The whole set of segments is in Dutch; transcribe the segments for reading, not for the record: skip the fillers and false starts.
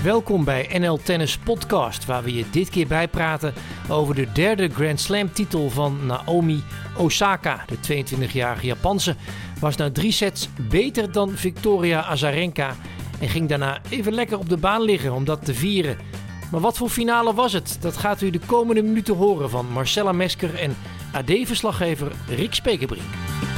welkom bij NL Tennis Podcast, waar we je dit keer bijpraten over de derde Grand Slam titel van Naomi Osaka. De 22-jarige Japanse was na 3 sets beter dan Victoria Azarenka en ging daarna even lekker op de baan liggen om dat te vieren. Maar wat voor finale was het? Dat gaat u de komende minuten horen van Marcella Mesker en AD-verslaggever Rick Spekerbrink.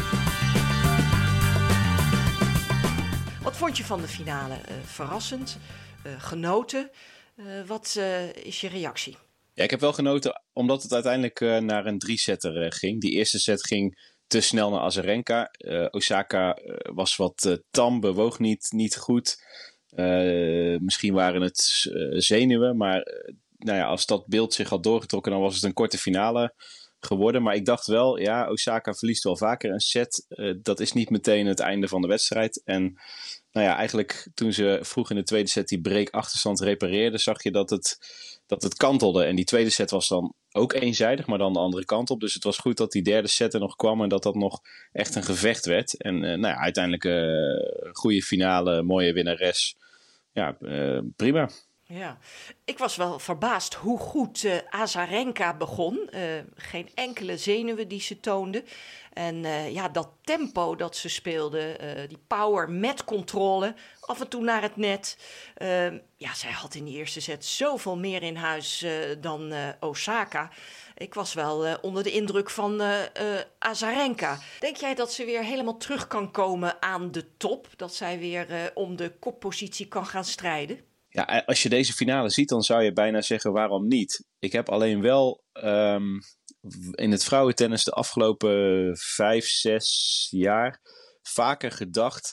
Wat vond je van de finale? Verrassend? Genoten? Wat is je reactie? Ja, ik heb wel genoten omdat het uiteindelijk naar een 3-setter ging. Die eerste set ging te snel naar Azarenka. Osaka was wat tam, bewoog niet goed. Misschien waren het zenuwen, maar als dat beeld zich had doorgetrokken, dan was het een korte finale geworden. Maar ik dacht wel, ja, Osaka verliest wel vaker een set. Dat is niet meteen het einde van de wedstrijd. En eigenlijk toen ze vroeg in de tweede set die break-achterstand repareerde, zag je dat het kantelde. En die tweede set was dan ook eenzijdig, maar dan de andere kant op. Dus het was goed dat die derde set er nog kwam en dat nog echt een gevecht werd. En uiteindelijk goede finale, mooie winnares. Ja, prima. Ja, ik was wel verbaasd hoe goed Azarenka begon. Geen enkele zenuwen die ze toonde. En dat tempo dat ze speelde, die power met controle, af en toe naar het net. Zij had in die eerste set zoveel meer in huis dan Osaka. Ik was wel onder de indruk van Azarenka. Denk jij dat ze weer helemaal terug kan komen aan de top? Dat zij weer om de koppositie kan gaan strijden? Ja, als je deze finale ziet, dan zou je bijna zeggen waarom niet. Ik heb alleen wel in het vrouwentennis de afgelopen 5-6 jaar vaker gedacht,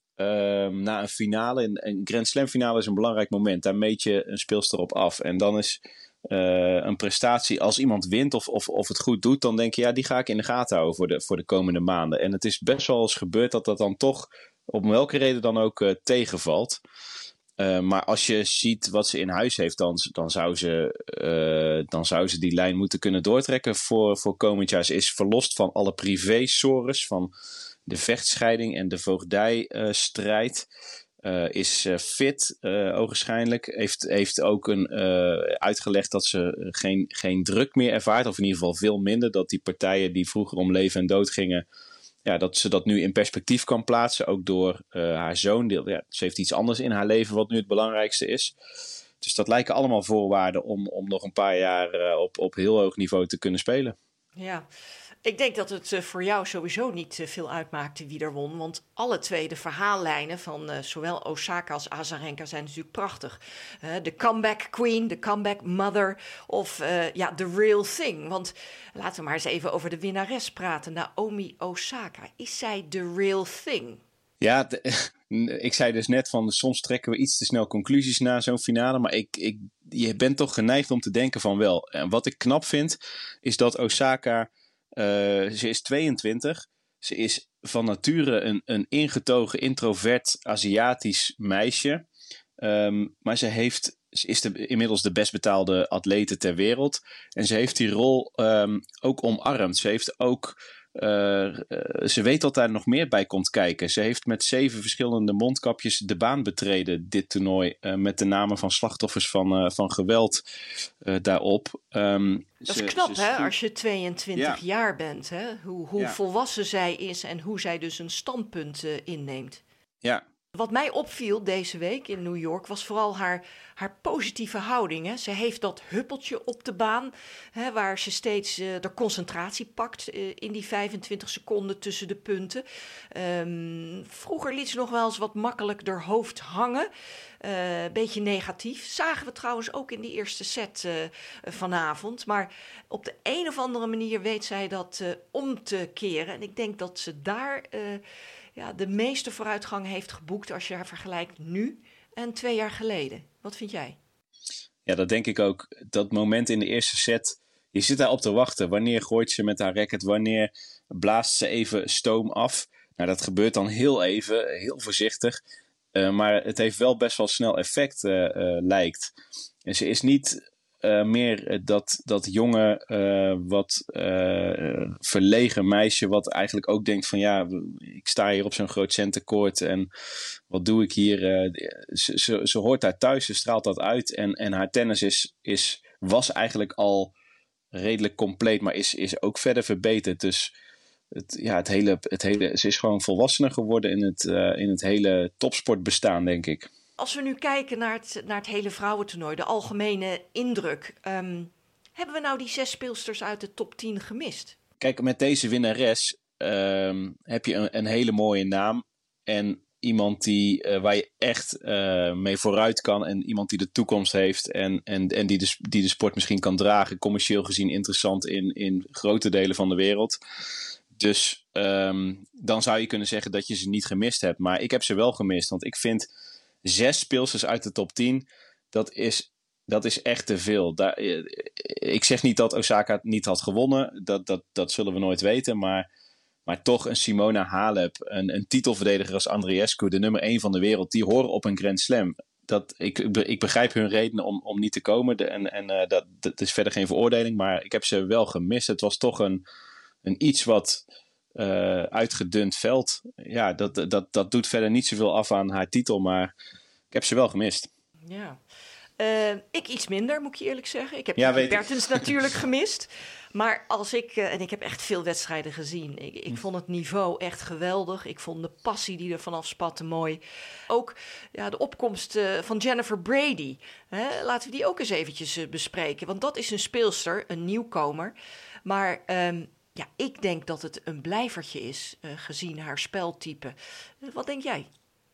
na een finale, een Grand Slam finale is een belangrijk moment. Daar meet je een speelster op af. En dan is een prestatie, als iemand wint of het goed doet, dan denk je, ja, die ga ik in de gaten houden voor de komende maanden. En het is best wel eens gebeurd dat dan toch, om welke reden dan ook, tegenvalt. Maar als je ziet wat ze in huis heeft, dan zou ze die lijn moeten kunnen doortrekken voor komend jaar. Ze is verlost van alle privé-sores, van de vechtscheiding en de voogdijstrijd. Is fit, ogenschijnlijk. Heeft ook uitgelegd dat ze geen druk meer ervaart, of in ieder geval veel minder. Dat die partijen die vroeger om leven en dood gingen, dat ze dat nu in perspectief kan plaatsen, ook door haar zoon. Ze heeft iets anders in haar leven wat nu het belangrijkste is. Dus dat lijken allemaal voorwaarden om nog een paar jaar op heel hoog niveau te kunnen spelen. Ja, ik denk dat het voor jou sowieso niet veel uitmaakte wie er won. Want alle twee de verhaallijnen van zowel Osaka als Azarenka zijn natuurlijk prachtig. De comeback queen, de comeback mother of the real thing. Want laten we maar eens even over de winnares praten. Naomi Osaka, is zij de real thing? Ja, ik zei dus net van soms trekken we iets te snel conclusies na zo'n finale. Maar je bent toch geneigd om te denken van wel. En wat ik knap vind, is dat Osaka, ze is 22. Ze is van nature een ingetogen, introvert, Aziatisch meisje. Maar ze is inmiddels de best betaalde atlete ter wereld. En ze heeft die rol ook omarmd. Ze heeft ook ze weet dat daar nog meer bij komt kijken. Ze heeft met 7 verschillende mondkapjes de baan betreden, dit toernooi. Met de namen van slachtoffers van geweld daarop. Dat is knap, als je 22 jaar bent. Hè? Hoe volwassen zij is en hoe zij dus een standpunt inneemt. Ja. Wat mij opviel deze week in New York was vooral haar positieve houding. Hè. Ze heeft dat huppeltje op de baan, waar ze steeds de concentratie pakt in die 25 seconden tussen de punten. Vroeger liet ze nog wel eens wat makkelijk haar hoofd hangen. Beetje negatief. Zagen we trouwens ook in die eerste set vanavond. Maar op de een of andere manier weet zij dat om te keren. En ik denk dat ze daar de meeste vooruitgang heeft geboekt als je haar vergelijkt nu en 2 jaar geleden. Wat vind jij? Ja, dat denk ik ook. Dat moment in de eerste set, je zit daar op te wachten. Wanneer gooit ze met haar racket? Wanneer blaast ze even stoom af? Nou, dat gebeurt dan heel even, heel voorzichtig. Maar het heeft wel best wel snel effect, lijkt. En ze is niet meer dat jonge, wat verlegen meisje, wat eigenlijk ook denkt van ja, ik sta hier op zo'n groot centenkoord en wat doe ik hier? Ze hoort daar thuis, ze straalt dat uit en haar tennis was eigenlijk al redelijk compleet, maar is ook verder verbeterd. Dus het hele, ze is gewoon volwassener geworden in het hele topsportbestaan, denk ik. Als we nu kijken naar het hele vrouwentoernooi, de algemene indruk. Hebben we nou die 6 speelsters uit de top 10 gemist? Kijk, met deze winnares heb je een hele mooie naam. En iemand waar je echt mee vooruit kan. En iemand die de toekomst heeft. En die de sport misschien kan dragen. Commercieel gezien interessant in grote delen van de wereld. Dus dan zou je kunnen zeggen dat je ze niet gemist hebt. Maar ik heb ze wel gemist. Want ik vind 6 speelsters uit de top 10, dat is echt te veel. Ik zeg niet dat Osaka niet had gewonnen. Dat zullen we nooit weten. Maar toch een Simona Halep, een titelverdediger als Andreescu, de nummer 1 van de wereld, die horen op een Grand Slam. Ik begrijp hun redenen om niet te komen. Dat is verder geen veroordeling. Maar ik heb ze wel gemist. Het was toch een iets wat uitgedund veld. Ja, dat doet verder niet zoveel af aan haar titel. Maar ik heb ze wel gemist. Ja. Ik iets minder, moet ik je eerlijk zeggen. Ik heb Bertens natuurlijk gemist. Maar en ik heb echt veel wedstrijden gezien. Ik vond het niveau echt geweldig. Ik vond de passie die er vanaf spatte mooi. Ook de opkomst van Jennifer Brady. Laten we die ook eens eventjes bespreken. Want dat is een speelster, een nieuwkomer. Maar ik denk dat het een blijvertje is, gezien haar speltype. Wat denk jij?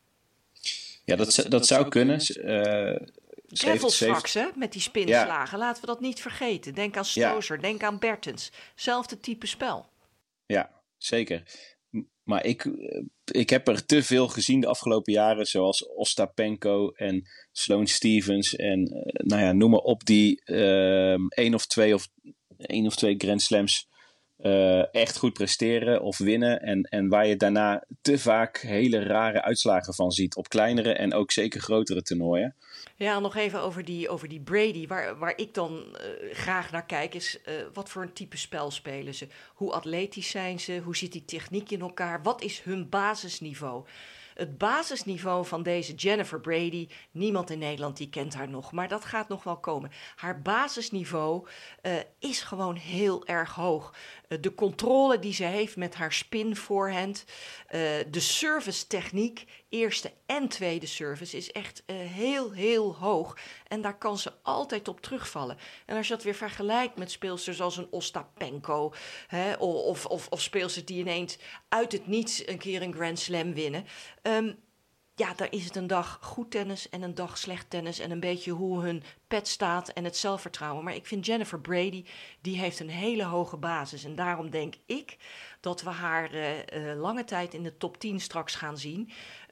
Ja, dat zou kunnen. Gravel straks, met die spinslagen. Laten we dat niet vergeten. Denk aan Stosur, denk aan Bertens. Zelfde type spel. Ja, zeker. Maar ik heb er te veel gezien de afgelopen jaren, zoals Ostapenko en Sloane Stephens en noem maar op, die 1 of 2 Grand Slams echt goed presteren of winnen. En waar je daarna te vaak hele rare uitslagen van ziet op kleinere en ook zeker grotere toernooien. Ja, nog even over die Brady. Waar ik dan graag naar kijk is wat voor een type spel spelen ze? Hoe atletisch zijn ze? Hoe zit die techniek in elkaar? Wat is hun basisniveau? Het basisniveau van deze Jennifer Brady, niemand in Nederland die kent haar nog, maar dat gaat nog wel komen. Haar basisniveau is gewoon heel erg hoog. De controle die ze heeft met haar spin voorhand, de service techniek, eerste en tweede service, is echt heel, heel hoog. En daar kan ze altijd op terugvallen. En als je dat weer vergelijkt met speelsters als een Ostapenko, of speelsters die ineens uit het niets een keer een Grand Slam winnen. Daar is het een dag goed tennis en een dag slecht tennis en een beetje hoe hun pet staat en het zelfvertrouwen. Maar ik vind Jennifer Brady, die heeft een hele hoge basis. En daarom denk ik dat we haar lange tijd in de top 10 straks gaan zien.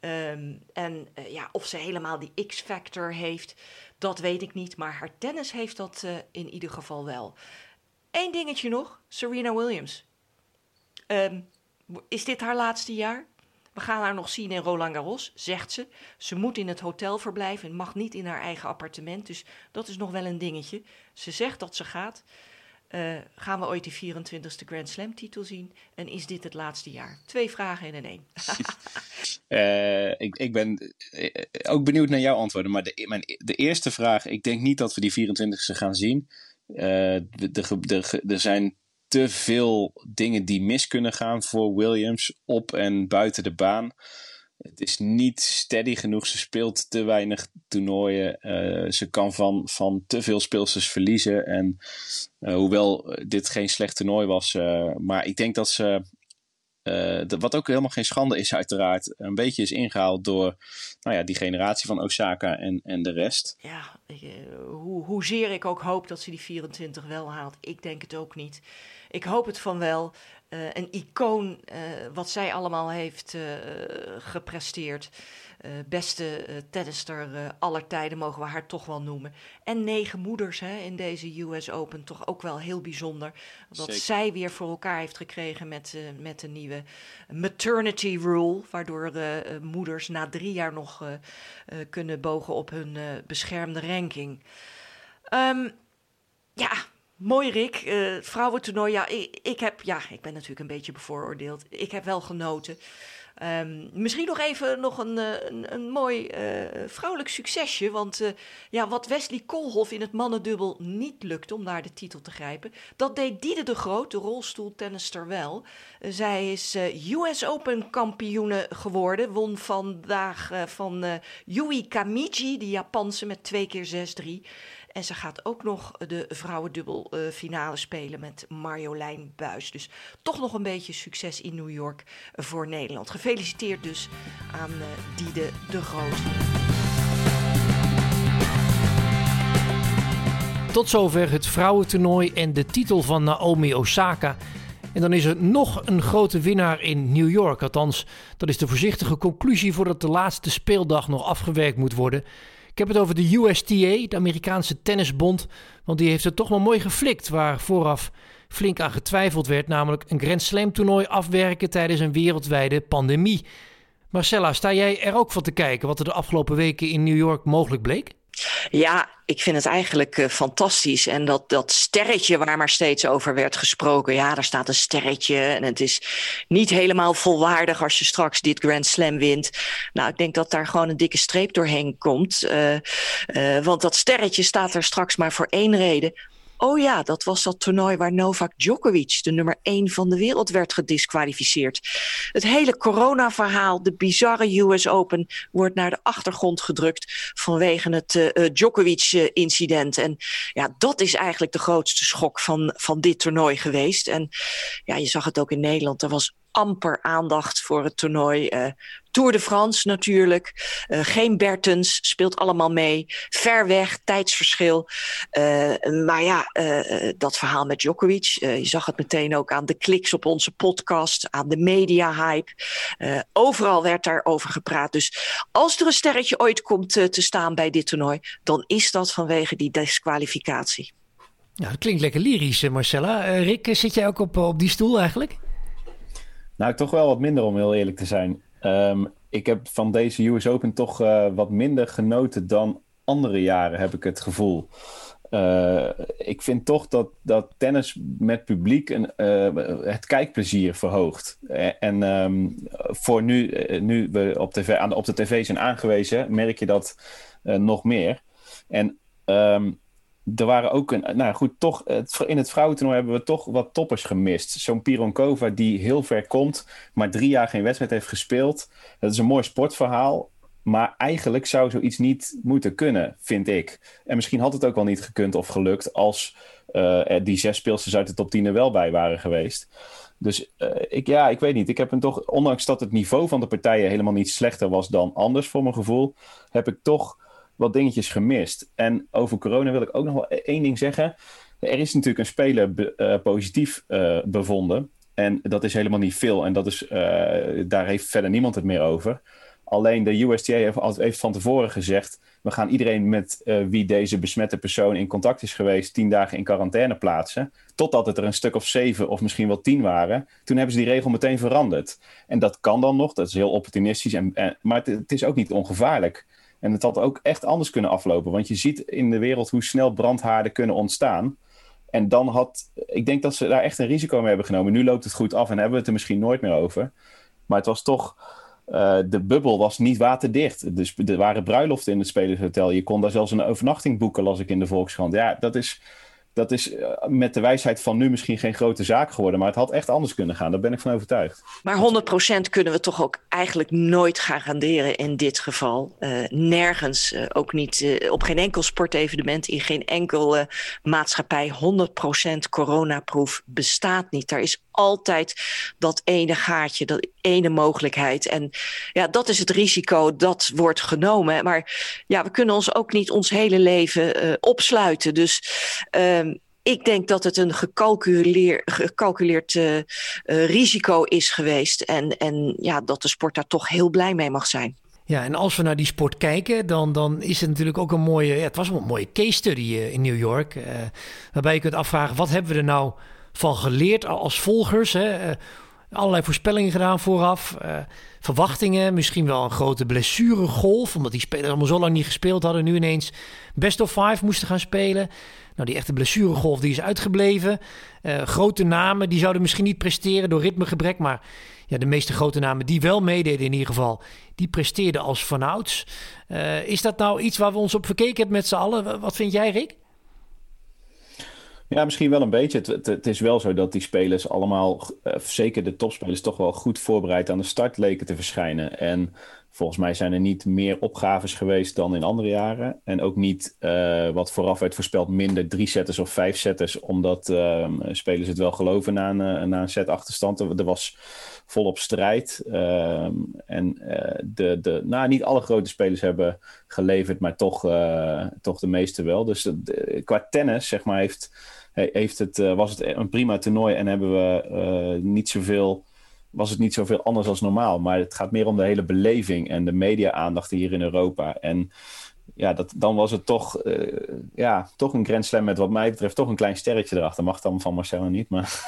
Of ze helemaal die X-factor heeft, dat weet ik niet. Maar haar tennis heeft dat in ieder geval wel. Eén dingetje nog, Serena Williams. Is dit haar laatste jaar? We gaan haar nog zien in Roland Garros, zegt ze. Ze moet in het hotel verblijven en mag niet in haar eigen appartement. Dus dat is nog wel een dingetje. Ze zegt dat ze gaat. Gaan we ooit die 24e Grand Slam titel zien? En is dit het laatste jaar? 2 vragen in één. Ik ben ook benieuwd naar jouw antwoorden. Maar de eerste vraag, ik denk niet dat we die 24e gaan zien. Er zijn te veel dingen die mis kunnen gaan voor Williams op en buiten de baan. Het is niet steady genoeg. Ze speelt te weinig toernooien. Ze kan van te veel speelsters verliezen. En hoewel dit geen slecht toernooi was. Maar ik denk dat ze, wat ook helemaal geen schande is uiteraard, een beetje is ingehaald door die generatie van Osaka en de rest. Ja, hoezeer ik ook hoop dat ze die 24 wel haalt. Ik denk het ook niet. Ik hoop het van wel. Een icoon, wat zij allemaal heeft gepresteerd. Beste tennister aller tijden mogen we haar toch wel noemen. En 9 moeders in deze US Open, toch ook wel heel bijzonder. Wat Zeker. Zij weer voor elkaar heeft gekregen met de nieuwe maternity rule. Waardoor moeders na 3 jaar nog kunnen bogen op hun beschermde ranking. Ja, mooi Rick. Het vrouwentoernooi, ik ben natuurlijk een beetje bevooroordeeld. Ik heb wel genoten. Misschien nog een mooi vrouwelijk succesje. Want wat Wesley Koolhof in het mannendubbel niet lukte om naar de titel te grijpen, dat deed Diede de Groot, de rolstoeltennister, wel. Zij is US Open kampioene geworden. Won vandaag van Yui Kamiji, die Japanse, met 2 keer 6-3. En ze gaat ook nog de vrouwendubbel finale spelen met Marjolein Buijs. Dus toch nog een beetje succes in New York voor Nederland. Gefeliciteerd dus aan Diede de Groot. Tot zover het vrouwentoernooi en de titel van Naomi Osaka. En dan is er nog een grote winnaar in New York. Althans, dat is de voorzichtige conclusie voordat de laatste speeldag nog afgewerkt moet worden. Ik heb het over de USTA, de Amerikaanse tennisbond. Want die heeft het toch wel mooi geflikt, waar vooraf flink aan getwijfeld werd. Namelijk een Grand Slam toernooi afwerken tijdens een wereldwijde pandemie. Marcella, sta jij er ook van te kijken wat er de afgelopen weken in New York mogelijk bleek? Ja, ik vind het eigenlijk fantastisch. En dat sterretje waar maar steeds over werd gesproken. Ja, daar staat een sterretje. En het is niet helemaal volwaardig als je straks dit Grand Slam wint. Nou, ik denk dat daar gewoon een dikke streep doorheen komt. Want dat sterretje staat er straks maar voor één reden. Oh ja, dat was dat toernooi waar Novak Djokovic, de nummer 1 van de wereld, werd gediskwalificeerd. Het hele corona-verhaal, de bizarre US Open, wordt naar de achtergrond gedrukt vanwege het Djokovic-incident. En ja, dat is eigenlijk de grootste schok van dit toernooi geweest. En ja, je zag het ook in Nederland. Er was amper aandacht voor het toernooi. Tour de France natuurlijk. Geen Bertens, speelt allemaal mee. Ver weg, tijdsverschil. Maar ja, dat verhaal met Djokovic. Je zag het meteen ook aan de kliks op onze podcast. Aan de media-hype. Overal werd daarover gepraat. Dus als er een sterretje ooit komt te staan bij dit toernooi, dan is dat vanwege die disqualificatie. Ja, dat klinkt lekker lyrisch, Marcella. Rick, zit jij ook op die stoel eigenlijk? Nou, toch wel wat minder, om heel eerlijk te zijn. Ik heb van deze US Open toch wat minder genoten dan andere jaren, heb ik het gevoel. Ik vind toch dat tennis met publiek het kijkplezier verhoogt. Voor nu we op de tv zijn aangewezen, merk je dat nog meer. En er waren ook in het vrouwentoernooi hebben we toch wat toppers gemist. Zo'n Pironkova die heel ver komt, maar 3 jaar geen wedstrijd heeft gespeeld. Dat is een mooi sportverhaal, maar eigenlijk zou zoiets niet moeten kunnen, vind ik. En misschien had het ook wel niet gekund of gelukt als die 6 speelsters uit de top 10 er wel bij waren geweest. Dus ik weet niet. Ik heb hem toch, ondanks dat het niveau van de partijen helemaal niet slechter was dan anders voor mijn gevoel, heb ik toch wat dingetjes gemist. En over corona wil ik ook nog wel 1 ding zeggen. Er is natuurlijk een speler positief bevonden. En dat is helemaal niet veel. En dat is, daar heeft verder niemand het meer over. Alleen de USTA heeft van tevoren gezegd, we gaan iedereen met wie deze besmette persoon in contact is geweest 10 dagen in quarantaine plaatsen. Totdat het er een stuk of 7 of misschien wel 10 waren. Toen hebben ze die regel meteen veranderd. En dat kan dan nog. Dat is heel opportunistisch. Maar het is ook niet ongevaarlijk. En het had ook echt anders kunnen aflopen. Want je ziet in de wereld hoe snel brandhaarden kunnen ontstaan. En ik denk dat ze daar echt een risico mee hebben genomen. Nu loopt het goed af en hebben we het er misschien nooit meer over. Maar het was toch, de bubbel was niet waterdicht. Dus er waren bruiloften in het Spelershotel. Je kon daar zelfs een overnachting boeken, las ik in de Volkskrant. Ja, dat is met de wijsheid van nu misschien geen grote zaak geworden. Maar het had echt anders kunnen gaan. Daar ben ik van overtuigd. Maar 100% kunnen we toch ook eigenlijk nooit garanderen in dit geval. Nergens, ook niet op geen enkel sportevenement, in geen enkele maatschappij. 100% coronaproof bestaat niet. Er is altijd dat ene gaatje, dat ene mogelijkheid. En ja, dat is het risico dat wordt genomen. Maar ja, we kunnen ons ook niet ons hele leven opsluiten. Dus ik denk dat het een gecalculeerd risico is geweest. En ja, dat de sport daar toch heel blij mee mag zijn. Ja, en als we naar die sport kijken, dan is het natuurlijk ook een mooie, het was wel een mooie case study in New York. Waarbij je kunt afvragen, wat hebben we er nou van geleerd als volgers? Hè? Allerlei voorspellingen gedaan vooraf. Verwachtingen, misschien wel een grote blessuregolf. Omdat die spelers allemaal zo lang niet gespeeld hadden. Nu ineens best of 5 moesten gaan spelen. Nou, die echte blessuregolf die is uitgebleven. Grote namen, die zouden misschien niet presteren door ritmegebrek. Maar ja, de meeste grote namen die wel meededen in ieder geval, die presteerden als vanouds. Is dat nou iets waar we ons op verkeken hebben met z'n allen? Wat vind jij, Rick? Ja, misschien wel een beetje. Het is wel zo dat die spelers allemaal, zeker de topspelers, toch wel goed voorbereid aan de start leken te verschijnen. En volgens mij zijn er niet meer opgaves geweest dan in andere jaren. En ook niet, wat vooraf werd voorspeld, minder 3-setters of 5-setters. Omdat spelers het wel geloven na een set achterstand. Er was volop strijd. Niet alle grote spelers hebben geleverd, maar toch de meeste wel. Dus qua tennis, zeg maar, was het een prima toernooi en hebben we was het niet zoveel anders als normaal. Maar het gaat meer om de hele beleving en de media-aandacht hier in Europa. En ja, dan was het toch een Grand Slam met wat mij betreft toch een klein sterretje erachter. Mag dan van Marcella niet, maar...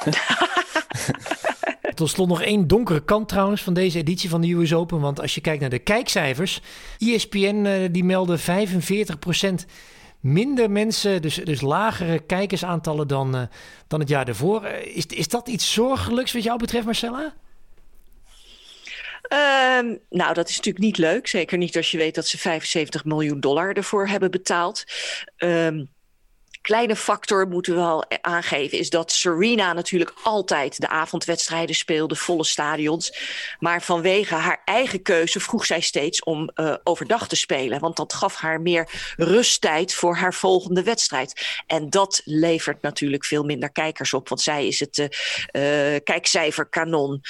Tot slot nog één donkere kant trouwens van deze editie van de US Open. Want als je kijkt naar de kijkcijfers, ESPN die meldde 45% minder mensen, dus lagere kijkersaantallen dan het jaar daarvoor. Is dat iets zorgelijks wat jou betreft, Marcella? Nou, dat is natuurlijk niet leuk. Zeker niet als je weet dat ze $75 miljoen ervoor hebben betaald. Kleine factor moeten we wel aangeven is dat Serena natuurlijk altijd de avondwedstrijden speelde, volle stadions. Maar vanwege haar eigen keuze vroeg zij steeds om overdag te spelen. Want dat gaf haar meer rusttijd voor haar volgende wedstrijd. En dat levert natuurlijk veel minder kijkers op. Want zij is het kijkcijferkanon.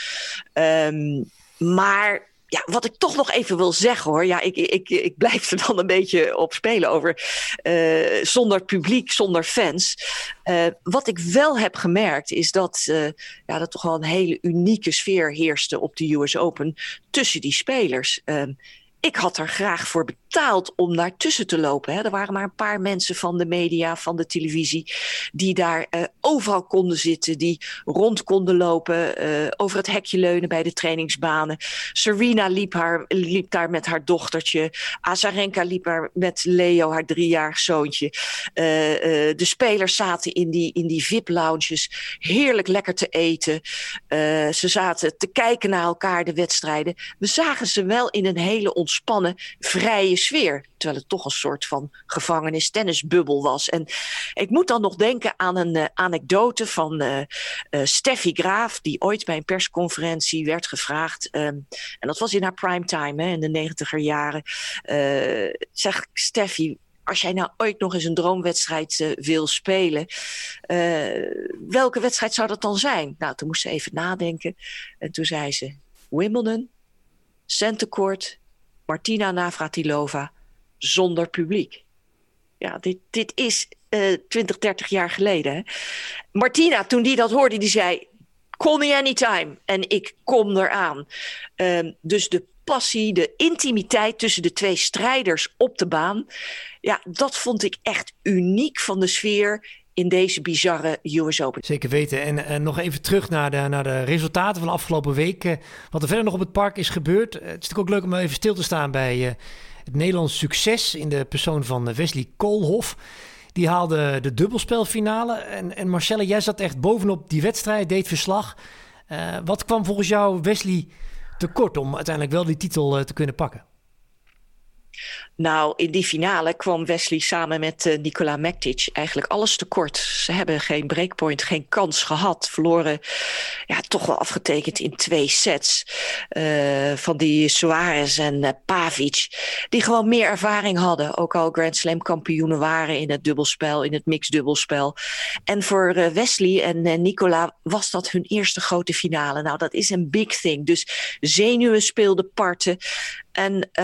Maar... ja, wat ik toch nog even wil zeggen hoor. Ja, ik blijf er dan een beetje op spelen over zonder publiek, zonder fans. Wat ik wel heb gemerkt is dat er toch wel een hele unieke sfeer heerste op de US Open tussen die spelers. Ik had er graag voor betaald om daartussen te lopen. Hè. Er waren maar een paar mensen van de media, van de televisie, die daar overal konden zitten, die rond konden lopen, over het hekje leunen bij de trainingsbanen. Serena liep daar met haar dochtertje. Azarenka liep daar met Leo, haar 3-jarig zoontje. De spelers zaten in die VIP-lounges heerlijk lekker te eten. Ze zaten te kijken naar elkaar, de wedstrijden. We zagen ze wel in een hele ontspannen, vrije sfeer. Terwijl het toch een soort van gevangenis-tennisbubbel was. En ik moet dan nog denken aan een anekdote van Steffi Graaf, die ooit bij een persconferentie werd gevraagd. En dat was in haar primetime, in de 90er jaren. Zegt Steffi, als jij nou ooit nog eens een droomwedstrijd wil spelen, welke wedstrijd zou dat dan zijn? Nou, toen moest ze even nadenken. En toen zei ze, Wimbledon, Centercourt, Martina Navratilova, zonder publiek. Ja, dit is 20, 30 jaar geleden. Hè? Martina, toen die dat hoorde, die zei, call me anytime. En ik kom eraan. Dus de passie, de intimiteit tussen de twee strijders op de baan. Ja, dat vond ik echt uniek van de sfeer in deze bizarre US Open. Zeker weten. En nog even terug naar de resultaten van de afgelopen week. Wat er verder nog op het park is gebeurd. Het is natuurlijk ook leuk om even stil te staan bij het Nederlands succes in de persoon van Wesley Koolhof. Die haalde de dubbelspelfinale. En Marcella, jij zat echt bovenop die wedstrijd, deed verslag. Wat kwam volgens jou Wesley tekort om uiteindelijk wel die titel te kunnen pakken? Nou, in die finale kwam Wesley samen met Nikola Mektic eigenlijk alles tekort. Ze hebben geen breakpoint, geen kans gehad. Verloren, ja, toch wel afgetekend in 2 sets. Van die Soares en Pavic. Die gewoon meer ervaring hadden. Ook al Grand Slam kampioenen waren in het dubbelspel, in het mixed dubbelspel. En voor Wesley en Nikola was dat hun eerste grote finale. Nou, dat is een big thing. Dus zenuwen speelden parten. En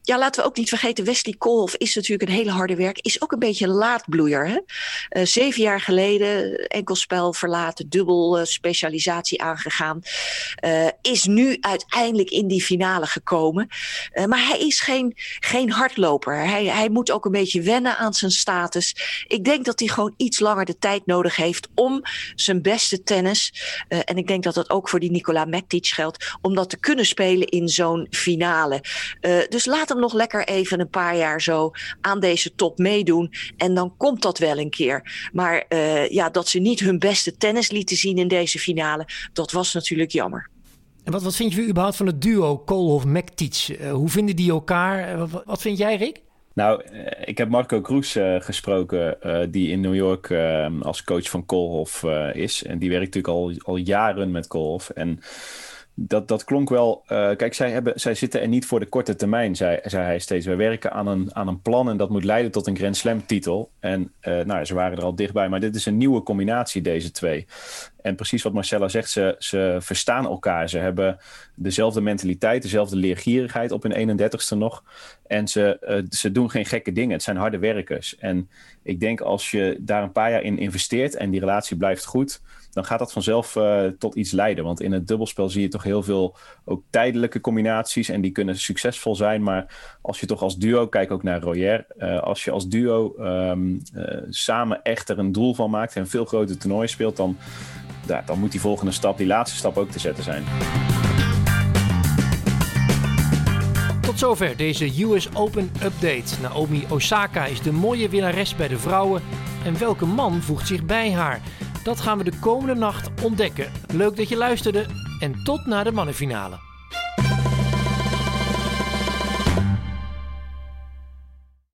Ja, laten we ook niet vergeten, Wesley Koolhof is natuurlijk een hele harde werk. Is ook een beetje een laadbloeier. Hè? 7 jaar geleden enkelspel verlaten, dubbel specialisatie aangegaan. Is nu uiteindelijk in die finale gekomen. Maar hij is geen hardloper. Hij moet ook een beetje wennen aan zijn status. Ik denk dat hij gewoon iets langer de tijd nodig heeft om zijn beste tennis, en ik denk dat dat ook voor die Nikola Mektic geldt, om dat te kunnen spelen in zo'n finale. Dus laat hem nog lekker even een paar jaar zo aan deze top meedoen. En dan komt dat wel een keer. Maar dat ze niet hun beste tennis lieten zien in deze finale, dat was natuurlijk jammer. En wat vind je überhaupt van het duo Koolhof-Mektic? Hoe vinden die elkaar? Wat vind jij, Rick? Nou, ik heb Marco Kroes gesproken, die in New York als coach van Koolhof is. En die werkt natuurlijk al jaren met Koolhof. En dat klonk wel. Kijk, zij zitten er niet voor de korte termijn, zei hij steeds. Wij werken aan een plan en dat moet leiden tot een Grand Slam titel. En ze waren er al dichtbij. Maar dit is een nieuwe combinatie, deze twee. En precies wat Marcella zegt, ze verstaan elkaar. Ze hebben dezelfde mentaliteit, dezelfde leergierigheid op hun 31ste nog. En ze doen geen gekke dingen. Het zijn harde werkers. En ik denk als je daar een paar jaar in investeert en die relatie blijft goed, dan gaat dat vanzelf tot iets leiden. Want in het dubbelspel zie je toch heel veel ook tijdelijke combinaties. En die kunnen succesvol zijn. Maar als je toch als duo, kijk ook naar Royer. Als je als duo samen echt er een doel van maakt en een veel groter toernooi speelt, dan moet die volgende stap, die laatste stap ook te zetten zijn. Tot zover deze US Open update. Naomi Osaka is de mooie winnares bij de vrouwen. En welke man voegt zich bij haar? Dat gaan we de komende nacht ontdekken. Leuk dat je luisterde en tot na de mannenfinale.